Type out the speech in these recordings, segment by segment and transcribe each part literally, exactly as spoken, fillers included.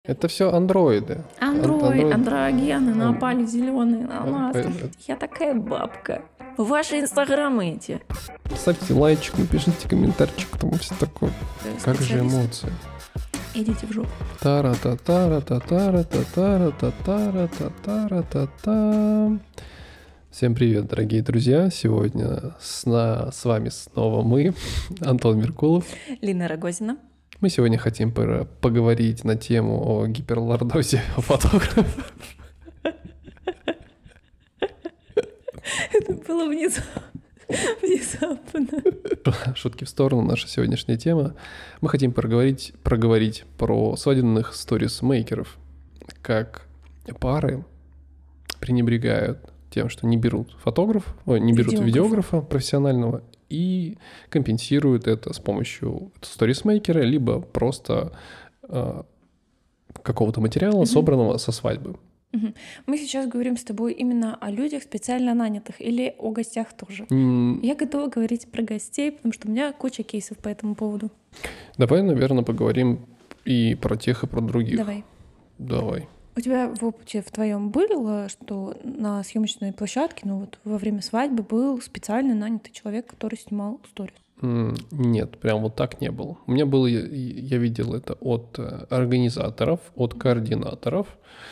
Это все андроиды. Андроид, Андроид- андрогены напали зеленые на А, нас. э, Я такая бабка. Ваши инстаграмы эти. Ставьте лайчик, напишите комментарчик, там все такое. Как же Специалисты. эмоции. Идите в жопу. тара та тара та тара та тара та тара та тара та та Всем привет, дорогие друзья. Сегодня с, на- с вами снова мы, Антон Меркулов. Лина Рогозина. Мы сегодня хотим пора- поговорить на тему о гиперлордозе фотографов. Это было внезапно. Внезапно. Шутки в сторону, наша сегодняшняя тема. Мы хотим проговорить, проговорить про свадебных сторис-мейкеров, как пары пренебрегают тем, что не берут фотограф, ой, не берут Видеографа. видеографа профессионального и компенсируют это с помощью сторис-мейкера, либо просто э, какого-то материала, Мгм. собранного со свадьбы. Мгм. Мы сейчас говорим с тобой именно о людях специально нанятых или о гостях тоже. М, Я готова говорить про гостей, потому что у меня куча кейсов по этому поводу. Давай, наверное, поговорим и про тех, и про других. Давай. Давай. У тебя в опыте в твоем было, что на съемочной площадке, ну вот во время свадьбы был специально нанятый человек, который снимал сторис? М, Нет, прям вот так не было. У меня было, я, я видел это от э, организаторов, от координаторов.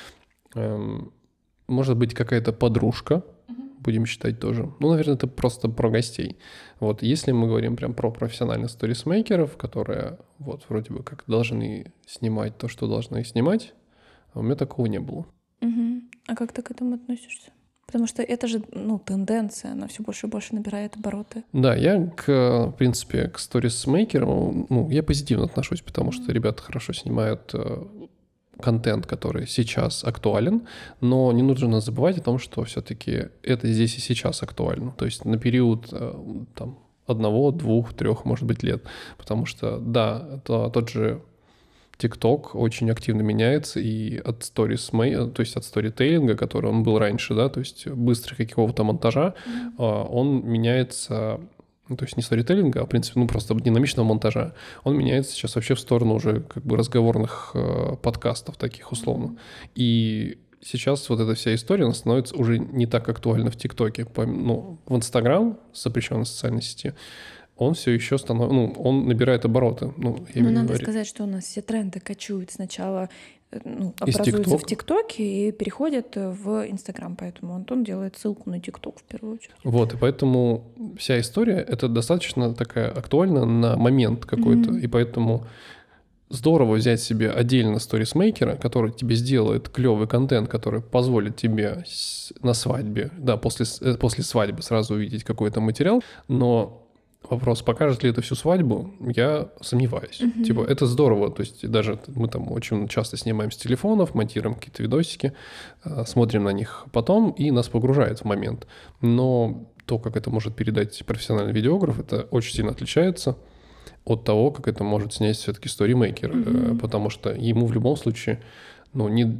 Эм, Может быть, какая-то подружка, будем считать тоже. Ну, наверное, это просто про гостей. Вот, если мы говорим прям про профессиональных сторисмейкеров, которые вот вроде бы как должны снимать то, что должны снимать, а у меня такого не было. Мгм. А как ты к этому относишься? Потому что это же, ну, тенденция, она все больше и больше набирает обороты. Да, я, к, в принципе, к сторисмейкерам, ну, я позитивно отношусь, потому что ребята хорошо снимают э, контент, который сейчас актуален, но не нужно забывать о том, что все-таки это здесь и сейчас актуально. То есть на период э, там, одного, двух, трех, может быть, лет. Потому что, да, это тот же TikTok очень активно меняется, и от сторис, то есть от сторителлинга, который он был раньше, да, то есть быстрых какого-то монтажа, а, он меняется, ну, то есть не сторителлинга, а, в принципе, ну, просто динамичного монтажа, он меняется сейчас вообще в сторону уже как бы разговорных э, подкастов таких условно. И сейчас вот эта вся история, она становится уже не так актуальна в ТикТоке. По- Ну, в Инстаграм, запрещенной социальной сети, он все еще становится, ну, он набирает обороты. Ну, я Но имею в надо виду, сказать, что у нас все тренды кочуют сначала, э, ну, Из образуются в ТикТока. ТикТоке и переходят э, в Инстаграм. Поэтому Антон делает ссылку на ТикТок в первую очередь. Вот, и поэтому вся история — это достаточно такая актуальна на момент какой-то, Мгм. и поэтому здорово взять себе отдельно сторисмейкера, который тебе сделает клевый контент, который позволит тебе с- на свадьбе, да, после, с- э, после свадьбы сразу увидеть какой-то материал, но вопрос, покажет ли это всю свадьбу, я сомневаюсь. Мгм. Типа, это здорово, то есть даже мы там очень часто снимаем с телефонов, монтируем какие-то видосики, э, смотрим на них потом, и нас погружает в момент. Но то, как это может передать профессиональный видеограф, это очень сильно отличается от того, как это может снять все-таки сторимейкер, Мгм. э, потому что ему в любом случае, ну, не,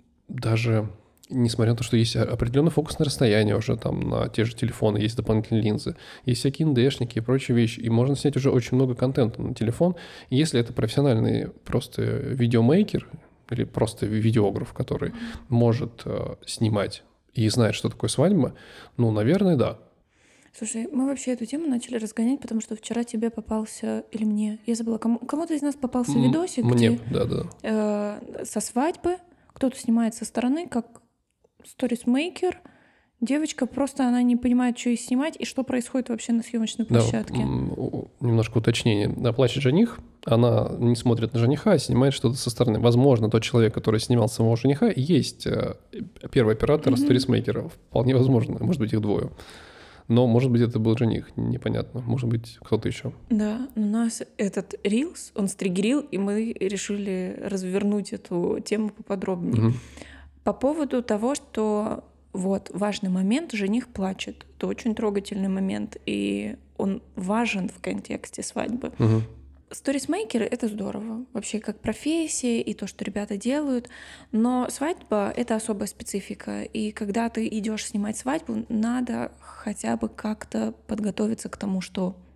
даже несмотря на то, что есть определенное фокусное расстояние уже там на те же телефоны, есть дополнительные линзы, есть всякие эн дэ-шники и прочие вещи, и можно снять уже очень много контента на телефон. И если это профессиональный просто видеомейкер или просто видеограф, который может э, снимать и знает, что такое свадьба, ну, наверное, да. Слушай, мы вообще эту тему начали разгонять, потому что вчера тебе попался, или мне, я забыла, кому, кому-то из нас попался М, видосик, Мне, где да-да. э, со свадьбы кто-то снимает со стороны, как сторисмейкер. Девочка просто, она не понимает, что ей снимать и что происходит вообще на съемочной Да, площадке. м, у- немножко уточнение. Да, плачет жених, она не смотрит на жениха, а снимает что-то со стороны. Возможно, тот человек, который снимал самого жениха, и есть э, первый оператор Мгм. сторисмейкера. Вполне возможно, может быть, их двое. Но, может быть, это был жених, непонятно. Может быть, кто-то еще. Да, у нас этот рилс, он стригерил, и мы решили развернуть эту тему поподробнее. Мгм. По поводу того, что вот важный момент, жених плачет. Это очень трогательный момент, и он важен в контексте свадьбы. Мгм. Сторисмейкеры — это здорово, вообще как профессия и то, что ребята делают, но свадьба — это особая специфика, и когда ты идешь снимать свадьбу, надо хотя бы как-то подготовиться к тому, что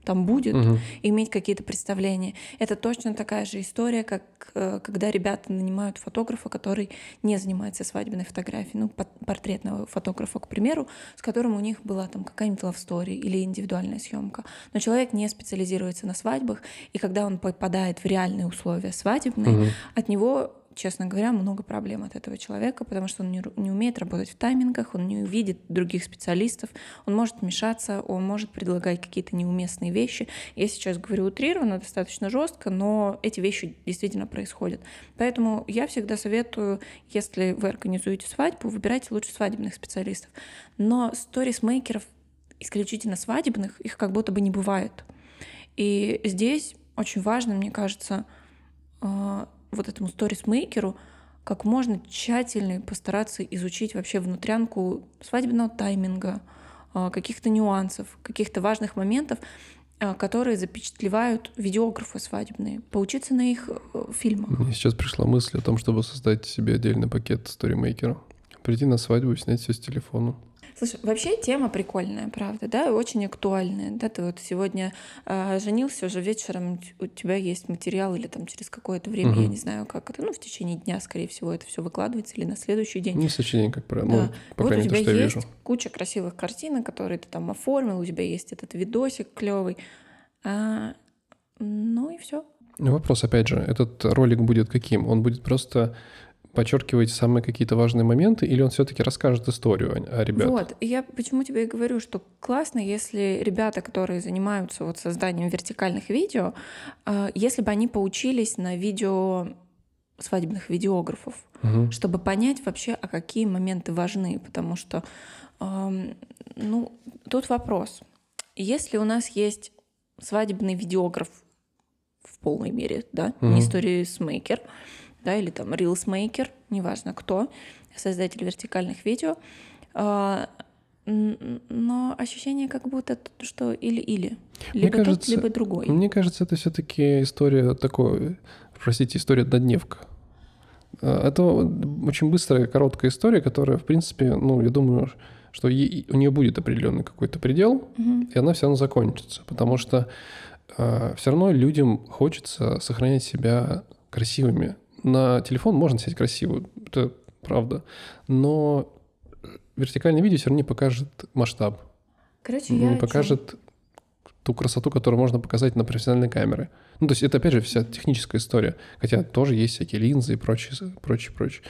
там будет, Мгм. иметь какие-то представления. Это точно такая же история, как э, когда ребята нанимают фотографа, который не занимается свадебной фотографией, ну, пот- портретного фотографа, к примеру, с которым у них была там какая-нибудь love story или индивидуальная съемка. Но человек не специализируется на свадьбах, и когда он попадает в реальные условия свадебные, Мгм. от него, честно говоря, много проблем от этого человека, потому что он не, ру- не умеет работать в таймингах, он не увидит других специалистов, он может мешаться, он может предлагать какие-то неуместные вещи. Я сейчас говорю утрированно, достаточно жестко, но эти вещи действительно происходят. Поэтому я всегда советую, если вы организуете свадьбу, выбирайте лучше свадебных специалистов. Но сторисмейкеров исключительно свадебных, их как будто бы не бывает. И здесь очень важно, мне кажется, а, вот этому сторисмейкеру как можно тщательнее постараться изучить вообще внутрянку свадебного тайминга, а, каких-то нюансов, каких-то важных моментов, а, которые запечатлевают видеографы свадебные, поучиться на их э, фильмах. Мне сейчас пришла мысль о том, чтобы создать себе отдельный пакет сторимейкера. Прийти на свадьбу и снять все с телефона. Слушай, вообще тема прикольная, правда, да, и очень актуальная. Да, ты вот сегодня э, женился, уже вечером у тебя есть материал, или там через какое-то время, я Мгм. не знаю, как это, ну, в течение дня, скорее всего, это все выкладывается, или на следующий день. Не сочинение, как правило. Да. Ну, по Вот у крайней мере, тебя то, что я есть вижу. куча красивых картинок, которые ты там оформил, у тебя есть этот видосик клевый. А, ну и все. Ну, вопрос, опять же, этот ролик будет каким? Он будет просто подчеркивать самые какие-то важные моменты, или он все-таки расскажет историю о, о ребятах? Вот, и я почему тебе и говорю, что классно, если ребята, которые занимаются вот созданием вертикальных видео, а, если бы они поучились на видео свадебных видеографов, Мгм. чтобы понять вообще, а какие моменты важны, потому что, ам, ну, тут вопрос. Если у нас есть свадебный видеограф в полной мере, да, Мгм. не сторисмейкер, да, или там рилсмейкер, неважно кто, создатель вертикальных видео, а, н- но ощущение как будто, т- что или-или. Мне Либо тот, кажется, либо другой. мне кажется, это все-таки история такой, простите, история однодневка. А, Это очень быстрая, короткая история, которая, в принципе, ну, я думаю, что е- у нее будет определенный какой-то предел, Мгм. и она все равно закончится, потому что все равно людям хочется сохранять себя красивыми. На телефон можно снять красиво, это правда, но вертикальное видео все равно не покажет масштаб, Короче, не я о чём? покажет ту красоту, которую можно показать на профессиональной камере. Ну, то есть это, опять же, вся техническая история. Хотя тоже есть всякие линзы и прочее, прочее, прочее.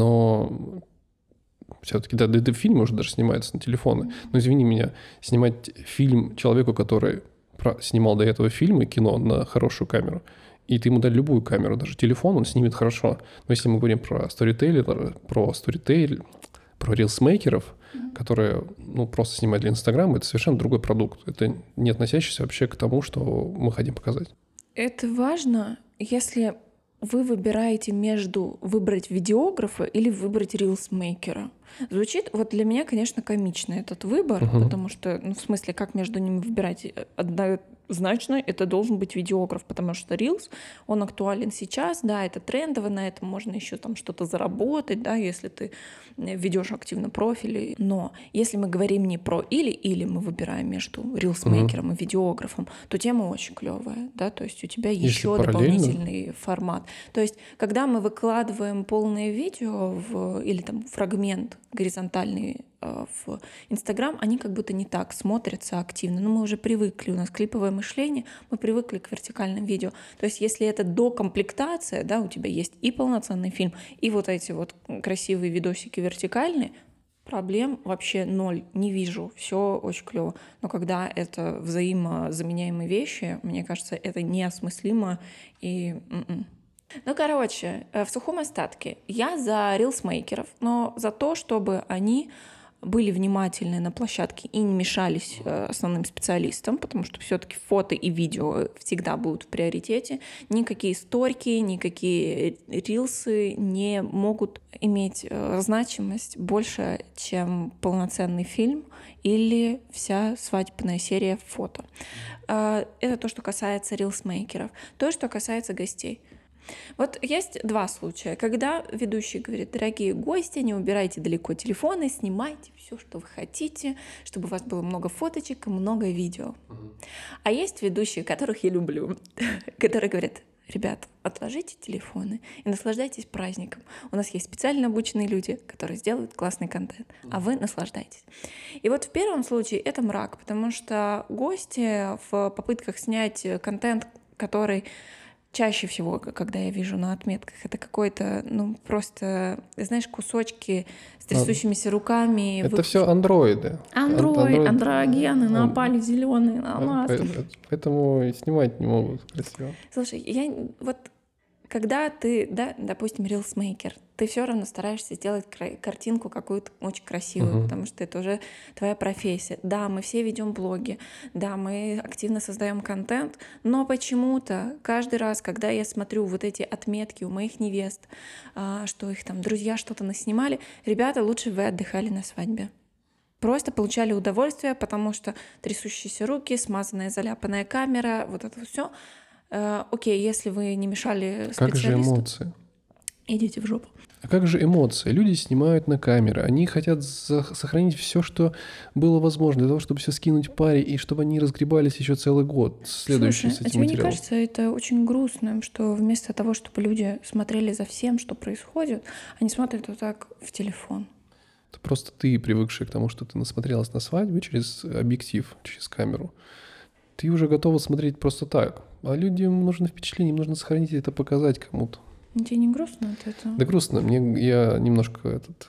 Но все-таки, да, да, да, фильмы уже даже снимаются на телефоны. Но извини меня, снимать фильм человеку, который про- снимал до этого фильмы, кино на хорошую камеру, и ты ему дали любую камеру, даже телефон, он снимет хорошо. Но если мы говорим про сторитейлер, про сторитейл, про рилсмейкеров, которые, ну, просто снимают для Инстаграма, это совершенно другой продукт. Это не относящийся вообще к тому, что мы хотим показать. Это важно, если вы выбираете между выбрать видеографа или выбрать рилсмейкера. Звучит, вот для меня, конечно, комично этот выбор, Мгм. потому что, ну, в смысле, как между ними выбирать? Э, Однозначно это должен быть видеограф, потому что Reels, он актуален сейчас, да, это трендово, на этом можно еще там что-то заработать, да, если ты э, ведешь активно профили. Но если мы говорим не про или-или, мы выбираем между рилсмейкером и видеографом, то тема очень клевая, да, то есть у тебя Если еще параллельно. дополнительный формат. То есть, когда мы выкладываем полное видео в, или там фрагмент горизонтальный э, в Инстаграм, они как будто не так смотрятся активно. Но мы уже привыкли, у нас клиповое мышление, мы привыкли к вертикальным видео. То есть если это докомплектация, да, у тебя есть и полноценный фильм, и вот эти вот красивые видосики вертикальные, проблем вообще ноль, не вижу, все очень клево. Но когда это взаимозаменяемые вещи, мне кажется, это неосмыслимо и... м-м. Ну, короче, э, в сухом остатке я за рилсмейкеров, но за то, чтобы они были внимательны на площадке и не мешались э, основным специалистам, потому что все-таки фото и видео всегда будут в приоритете. Никакие сторики, никакие рилсы не могут иметь э, значимость больше, чем полноценный фильм или вся свадебная серия фото. Э, это то, что касается рилсмейкеров. То, что касается гостей. Вот есть два случая, когда ведущий говорит: дорогие гости, не убирайте далеко телефоны, снимайте все, что вы хотите, чтобы у вас было много фоточек и много видео. А есть ведущие, которых я люблю, которые говорят: ребят, отложите телефоны и наслаждайтесь праздником. У нас есть специально обученные люди, которые сделают классный контент, а вы наслаждайтесь. И вот в первом случае это мрак, потому что гости в попытках снять контент, который чаще всего, когда я вижу на отметках, это какой-то, ну, просто, знаешь, кусочки с трясущимися руками. Это вы... все андроиды. Андроид, Андроид... андрогены напали зеленые на нас. Поэтому и снимать не могут красиво. Слушай, я вот когда ты, да, допустим, рилсмейкер, ты все равно стараешься сделать кра- картинку какую-то очень красивую, uh-huh. потому что это уже твоя профессия. Да, мы все ведем блоги, да, мы активно создаем контент, но почему-то каждый раз, когда я смотрю вот эти отметки у моих невест, что их там друзья что-то наснимали, ребята, лучше вы отдыхали на свадьбе. Просто получали удовольствие, потому что трясущиеся руки, смазанная, заляпанная камера, вот это все. Окей, если вы не мешали специалисту... Как же эмоции? Идите в жопу. А как же эмоции? Люди снимают на камеры, они хотят за- сохранить все, что было возможно, для того, чтобы все скинуть паре, и чтобы они разгребались еще целый год, следующий Слушай, с этим а тебе материалом. Не кажется это очень грустным, что вместо того, чтобы люди смотрели за всем, что происходит, они смотрят вот так в телефон? Это просто ты, привыкший к тому, что ты насмотрелась на свадьбе через объектив, через камеру. Ты уже готова смотреть просто так. А людям нужно впечатление, им нужно сохранить это, показать кому-то. Тебе не грустно от этого? Да грустно. Мне я немножко этот...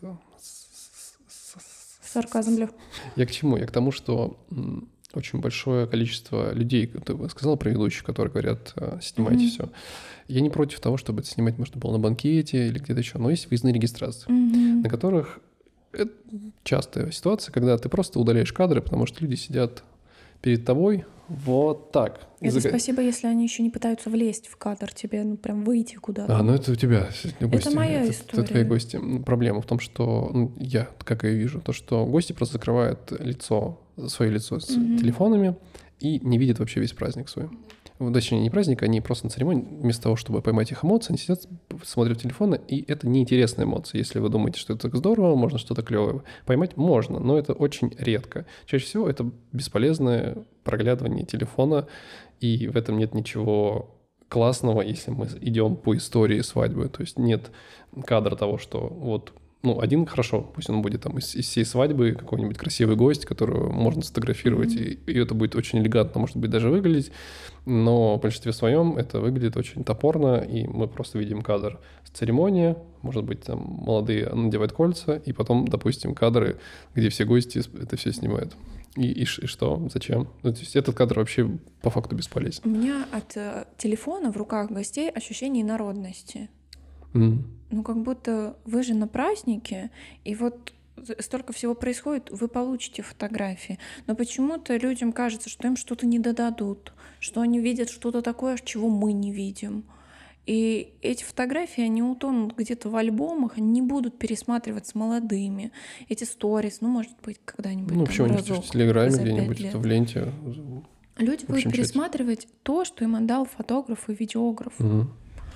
Сарказм, Лёв. Я к чему? Я к тому, что очень большое количество людей, ты сказал про ведущих, которые говорят: снимайте mm-hmm. все. Я не против того, чтобы это снимать можно было на банкете или где-то еще, но есть выездные регистрации, mm-hmm. на которых это частая ситуация, когда ты просто удаляешь кадры, потому что люди сидят перед тобой вот так. Это за... спасибо, если они еще не пытаются влезть в кадр тебе, ну прям выйти куда-то. А, ну это у тебя гости. Это моя это, история. Это твои гости. Проблема в том, что ну, я, как я вижу, то, что гости просто закрывают лицо, свое лицо с mm-hmm. телефонами и не видят вообще весь праздник свой. Точнее, не праздник, они просто на церемонии, вместо того, чтобы поймать их эмоции, они сидят, смотрят телефоны, и это неинтересные эмоции. Если вы думаете, что это так здорово, можно что-то клевое поймать, можно, но это очень редко. Чаще всего это бесполезное проглядывание телефона, и в этом нет ничего классного, если мы идем по истории свадьбы. То есть нет кадра того, что вот... Ну, один хорошо, пусть он будет там из, из всей свадьбы какой-нибудь красивый гость, которого можно сфотографировать, mm-hmm. и, и это будет очень элегантно, может быть, даже выглядеть, но в большинстве своем это выглядит очень топорно, и мы просто видим кадр с церемонии, может быть, там молодые надевают кольца, и потом, допустим, кадры, где все гости это все снимают. И, и, и что? Зачем? Ну, то есть этот кадр вообще по факту бесполезен. У меня от э, телефона в руках гостей ощущение народности. Mm. Ну, как будто вы же на празднике, и вот столько всего происходит, вы получите фотографии. Но почему-то людям кажется, что им что-то не додадут, что они видят что-то такое, чего мы не видим. И эти фотографии, они утонут где-то в альбомах, они не будут пересматривать с молодыми. Эти сторис, ну, может быть, когда-нибудь ну, там разок. Ну, в Телеграме где-нибудь, это в ленте. Люди будут пересматривать чате. То, что им отдал фотограф и видеограф. Угу.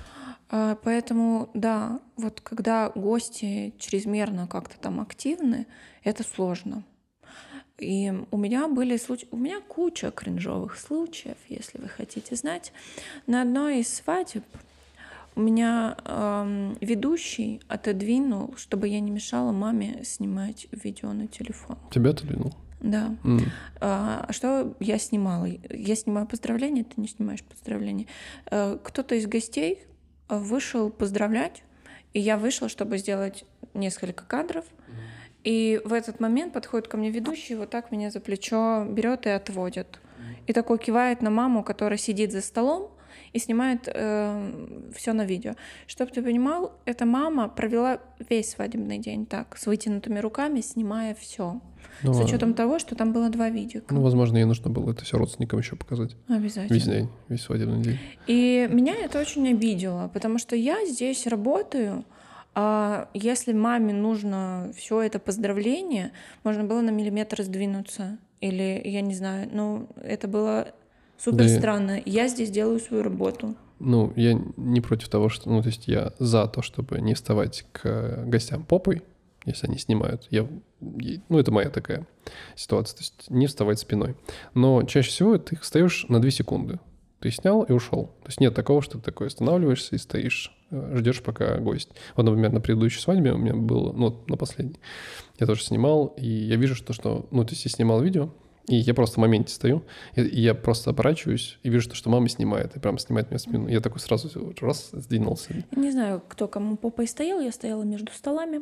Поэтому, да, вот когда гости чрезмерно как-то там активны, это сложно. И у меня были случаи, у меня куча кринжовых случаев, если вы хотите знать. На одной из свадеб у меня эм, ведущий отодвинул, чтобы я не мешала маме снимать видео на телефон. Тебя отодвинул? Да. Mm. А, что я снимала? Я снимаю поздравления, ты не снимаешь поздравления. А, кто-то из гостей вышел поздравлять, и я вышла, чтобы сделать несколько кадров. Mm. И в этот момент подходит ко мне ведущий, вот так меня за плечо берет и отводит. Mm. И такой кивает на маму, которая сидит за столом и снимает э, все на видео. Чтобы ты понимал, эта мама провела весь свадебный день так, с вытянутыми руками, снимая все. Ну, с учетом того, что там было два видео. Ну, возможно, ей нужно было это все родственникам еще показать. Обязательно. Весь день, весь свадебный день. И меня это очень обидело, потому что я здесь работаю, а если маме нужно все это поздравление, можно было на миллиметр сдвинуться. Или, я не знаю, ну, это было супер да странно. Я здесь делаю свою работу. Ну, я не против того, что... Ну, то есть я за то, чтобы не вставать к гостям попой, если они снимают. Я, ну, это моя такая ситуация. То есть не вставать спиной. Но чаще всего ты встаешь на две секунды. Ты снял и ушел. То есть нет такого, что ты такой останавливаешься и стоишь, ждешь, пока гость. Вот, например, на предыдущей свадьбе у меня было, ну, на последней, я тоже снимал, и я вижу, что, что ну, то есть я снимал видео, и я просто в моменте стою, и, и я просто оборачиваюсь и вижу, что мама снимает, и прям снимает меня в спину. Я такой сразу раз сдвинулся. Не знаю, кто кому попой стоял, я стояла между столами.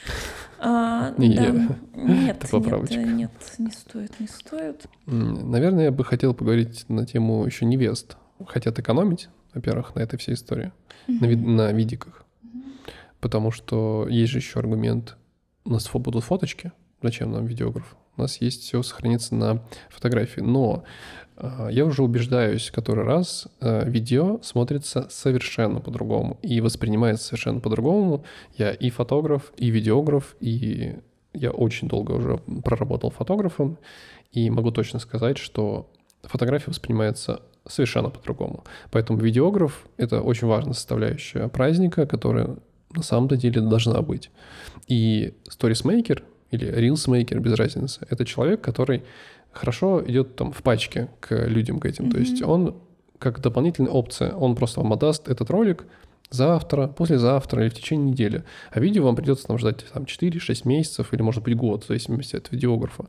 А, не, да. я... Нет, это поправочка. Нет, нет, не стоит, не стоит. Наверное, я бы хотел поговорить на тему еще невест. Хотят экономить, во-первых, на этой всей истории, mm-hmm. на, вид- на видиках. Mm-hmm. Потому что есть же еще аргумент, у нас будут фоточки, зачем нам видеограф? У нас есть все сохранится на фотографии. Но э, я уже убеждаюсь который раз, э, видео смотрится совершенно по-другому и воспринимается совершенно по-другому. Я и фотограф, и видеограф, и я очень долго уже проработал фотографом, и могу точно сказать, что фотография воспринимается совершенно по-другому. Поэтому видеограф — это очень важная составляющая праздника, которая на самом-то деле должна быть. И сторисмейкер или рилсмейкер, без разницы, это человек, который хорошо идет там в пачке к людям, к этим. Mm-hmm. То есть он как дополнительная опция, он просто вам отдаст этот ролик завтра, послезавтра или в течение недели. А видео вам придется там ждать там, четыре-шесть месяцев или, может быть, год, в зависимости от видеографа.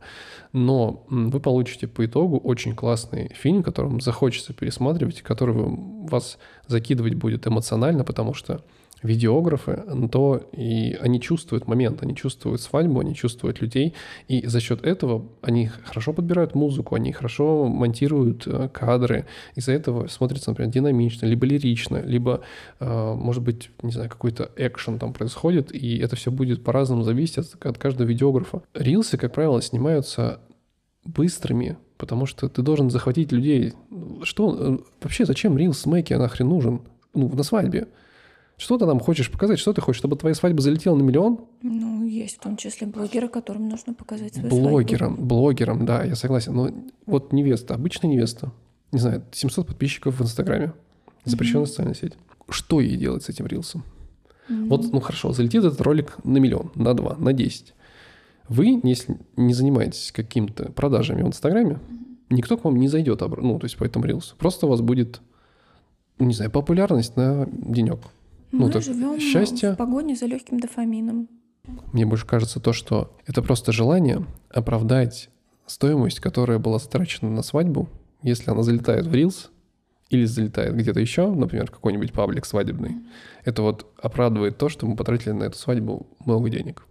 Но вы получите по итогу очень классный фильм, который вам захочется пересматривать, который вас закидывать будет эмоционально, потому что видеографы, то и они чувствуют момент, они чувствуют свадьбу, они чувствуют людей, и за счет этого они хорошо подбирают музыку, они хорошо монтируют кадры, из-за этого смотрится, например, динамично, либо лирично, либо, может быть, не знаю, какой-то экшен там происходит, и это все будет по-разному зависеть от, от каждого видеографа. Рилсы, как правило, снимаются быстрыми, потому что ты должен захватить людей. Что вообще, зачем рилс-мейкер нахрен нужен? Ну, на свадьбе. Что ты нам хочешь показать? Что ты хочешь, чтобы твоя свадьба залетела на миллион? Ну, есть в том числе блогеры, которым нужно показать свою блогерам, свадьбу. Блогерам, да, я согласен. Но вот невеста, обычная невеста, не знаю, семьсот подписчиков в Инстаграме, запрещенная mm-hmm. социальная сеть. Что ей делать с этим рилсом? Mm-hmm. Вот, ну хорошо, залетит этот ролик на миллион, на два, на десять. Вы, если не занимаетесь какими-то продажами в Инстаграме, mm-hmm. никто к вам не зайдет, ну, то есть по этому рилсу. Просто у вас будет, не знаю, популярность на денек. Мы ну, живем счастье. в погоне за легким дофамином. Мне больше кажется то, что это просто желание оправдать стоимость, которая была затрачена на свадьбу, если она залетает в Reels или залетает где-то еще, например, в какой-нибудь паблик свадебный. Mm-hmm. Это вот оправдывает то, что мы потратили на эту свадьбу много денег.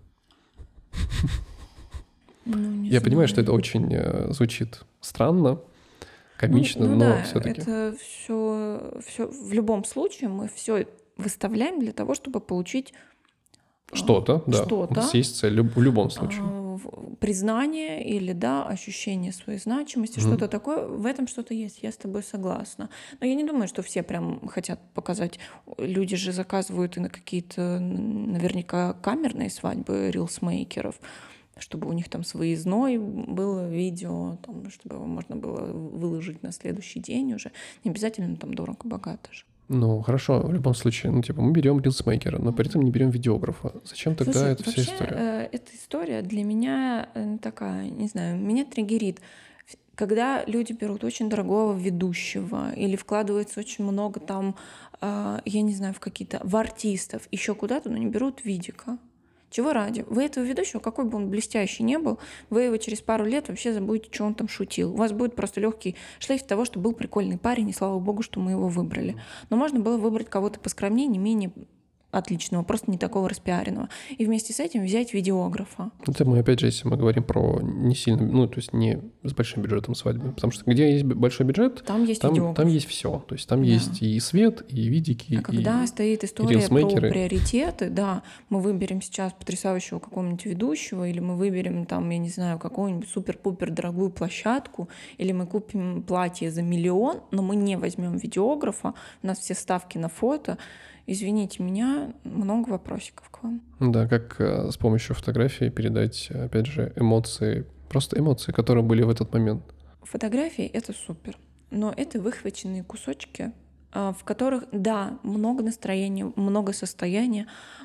Ну, Я понимаю, что это очень э, звучит странно, комично, ну, ну, но да, все-таки. Это все, все в любом случае мы все выставляем для того, чтобы получить что-то, да. Что-то. У нас есть цель в любом случае. Признание или, да, ощущение своей значимости, mm-hmm. что-то такое, в этом что-то есть, я с тобой согласна. Но я не думаю, что все прям хотят показать. Люди же заказывают и на какие-то, наверняка, камерные свадьбы рилсмейкеров, чтобы у них там с выездной было видео, там, чтобы его можно было выложить на следующий день уже. Не обязательно там дорого-богато же. Ну, хорошо, в любом случае, ну, типа, мы берем рилсмейкера, но при этом не берем видеографа. Зачем тогда Слушай, эта вообще, вся история? Э, эта история для меня э, такая, не знаю, меня триггерит. Когда люди берут очень дорогого ведущего или вкладываются очень много там, э, я не знаю, в какие-то, в артистов, еще куда-то, но не берут видика. Чего ради? Вы этого ведущего, какой бы он блестящий не был, вы его через пару лет вообще забудете, что он там шутил. У вас будет просто легкий шлейф того, что был прикольный парень, и слава богу, что мы его выбрали. Но можно было выбрать кого-то поскромнее, не менее отличного, просто не такого распиаренного. И вместе с этим взять видеографа. Это мы, опять же, если мы говорим про не сильно, ну, то есть не с большим бюджетом свадьбы. Потому что где есть большой бюджет, там есть там, видеограф. Там есть все. То есть там да. есть и свет, и видики, а когда и стоит история про приоритеты, да, мы выберем сейчас потрясающего какого-нибудь ведущего, или мы выберем там, я не знаю, какую-нибудь супер-пупер дорогую площадку, или мы купим платье за миллион, но мы не возьмем видеографа, у нас все ставки на фото. Извините меня, много вопросиков к вам. Да, как э, с помощью фотографии передать, опять же, эмоции, просто эмоции, которые были в этот момент. Фотографии — это супер, но это выхваченные кусочки в которых, да, много настроения, много состояния,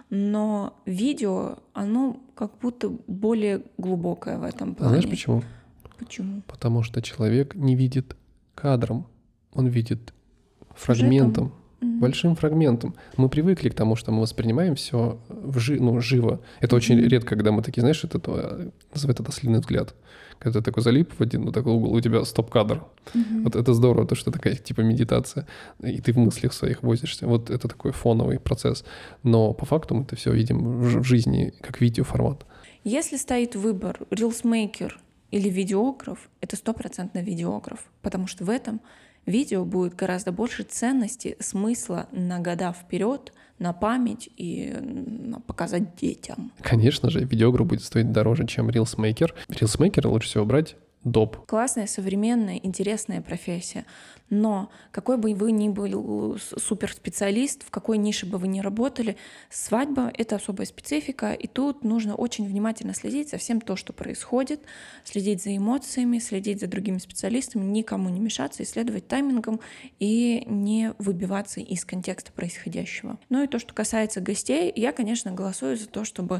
но видео, оно как будто более глубокое в этом плане. А знаешь почему? Почему? Потому что человек не видит кадром, он видит фрагментом, mm-hmm. большим фрагментом. Мы привыкли к тому, что мы воспринимаем все вжи, ну, живо. Это mm-hmm. очень редко, когда мы такие, знаешь, это, это называют это ослиный взгляд. Когда ты такой залип в один, ну, такой угол, у тебя стоп-кадр. Mm-hmm. Вот это здорово, то, что такая типа медитация, и ты в мыслях своих возишься. Вот это такой фоновый процесс. Но по факту мы это все видим в, в жизни как видеоформат. Если стоит выбор рилсмейкер или видеограф, это стопроцентно видеограф, потому что в этом видео будет гораздо больше ценности, смысла на года вперед, на память и на показать детям. Конечно же, видеограф будет стоить дороже, чем рилсмейкер. Рилсмейкер лучше всего брать доп. Классная, современная, интересная профессия. Но какой бы вы ни был суперспециалист, в какой нише бы вы ни работали, свадьба — это особая специфика, и тут нужно очень внимательно следить за всем то, что происходит, следить за эмоциями, следить за другими специалистами, никому не мешаться, исследовать таймингом и не выбиваться из контекста происходящего. Ну и то, что касается гостей, я, конечно, голосую за то, чтобы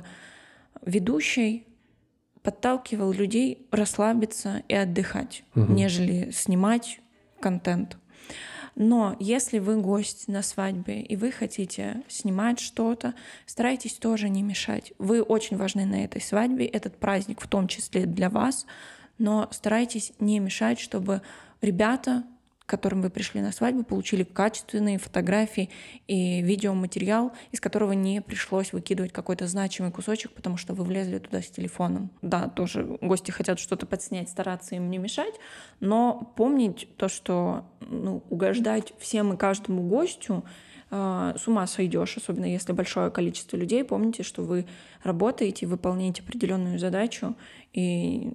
ведущий подталкивал людей расслабиться и отдыхать, угу. нежели снимать контент. Но если вы гость на свадьбе и вы хотите снимать что-то, старайтесь тоже не мешать. Вы очень важны на этой свадьбе, этот праздник в том числе для вас, но старайтесь не мешать, чтобы ребята, к которым вы пришли на свадьбу, получили качественные фотографии и видеоматериал, из которого не пришлось выкидывать какой-то значимый кусочек, потому что вы влезли туда с телефоном. Да, тоже гости хотят что-то подснять, стараться им не мешать, но помнить то, что ну, угождать всем и каждому гостю э, с ума сойдешь, особенно если большое количество людей. Помните, что вы работаете, выполняете определенную задачу, и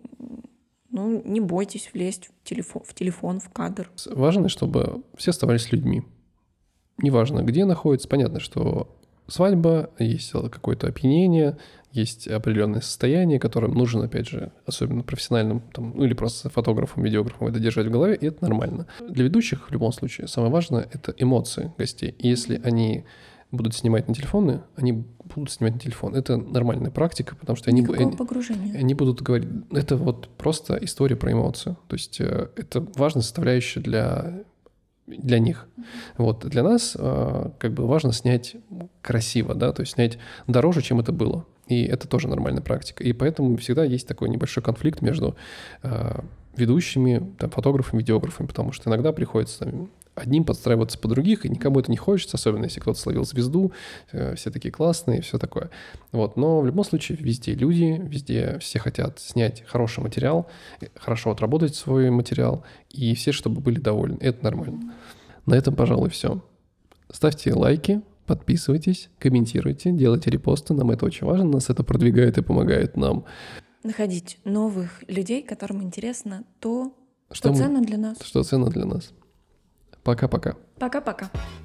ну, не бойтесь влезть в телефон, в телефон, в кадр. Важно, чтобы все оставались людьми. Неважно, где находится. Понятно, что свадьба, есть какое-то опьянение, есть определенное состояние, которое нужно, опять же, особенно профессиональным, там, ну или просто фотографам, видеографам это держать в голове, и это нормально. Для ведущих, в любом случае, самое важное — это эмоции гостей. И если они будут снимать на телефоны, они будут снимать на телефон. Это нормальная практика, потому что они, Никакого они, погружения. они будут говорить... Это вот просто история про эмоцию. То есть это важная составляющая для, для них. Mm-hmm. Вот. Для нас как бы важно снять красиво, да, то есть снять дороже, чем это было. И это тоже нормальная практика. И поэтому всегда есть такой небольшой конфликт между ведущими, там, фотографами, видеографами, потому что иногда приходится там, одним подстраиваться по других, и никому это не хочется, особенно если кто-то словил звезду, все такие классные, все такое. Вот. Но в любом случае везде люди, везде все хотят снять хороший материал, хорошо отработать свой материал, и все, чтобы были довольны. Это нормально. На этом, пожалуй, все. Ставьте лайки, подписывайтесь, комментируйте, делайте репосты, нам это очень важно, нас это продвигает и помогает нам находить новых людей, которым интересно то, что, что мы, ценно для нас. Что ценно для нас. Пока-пока. Пока-пока.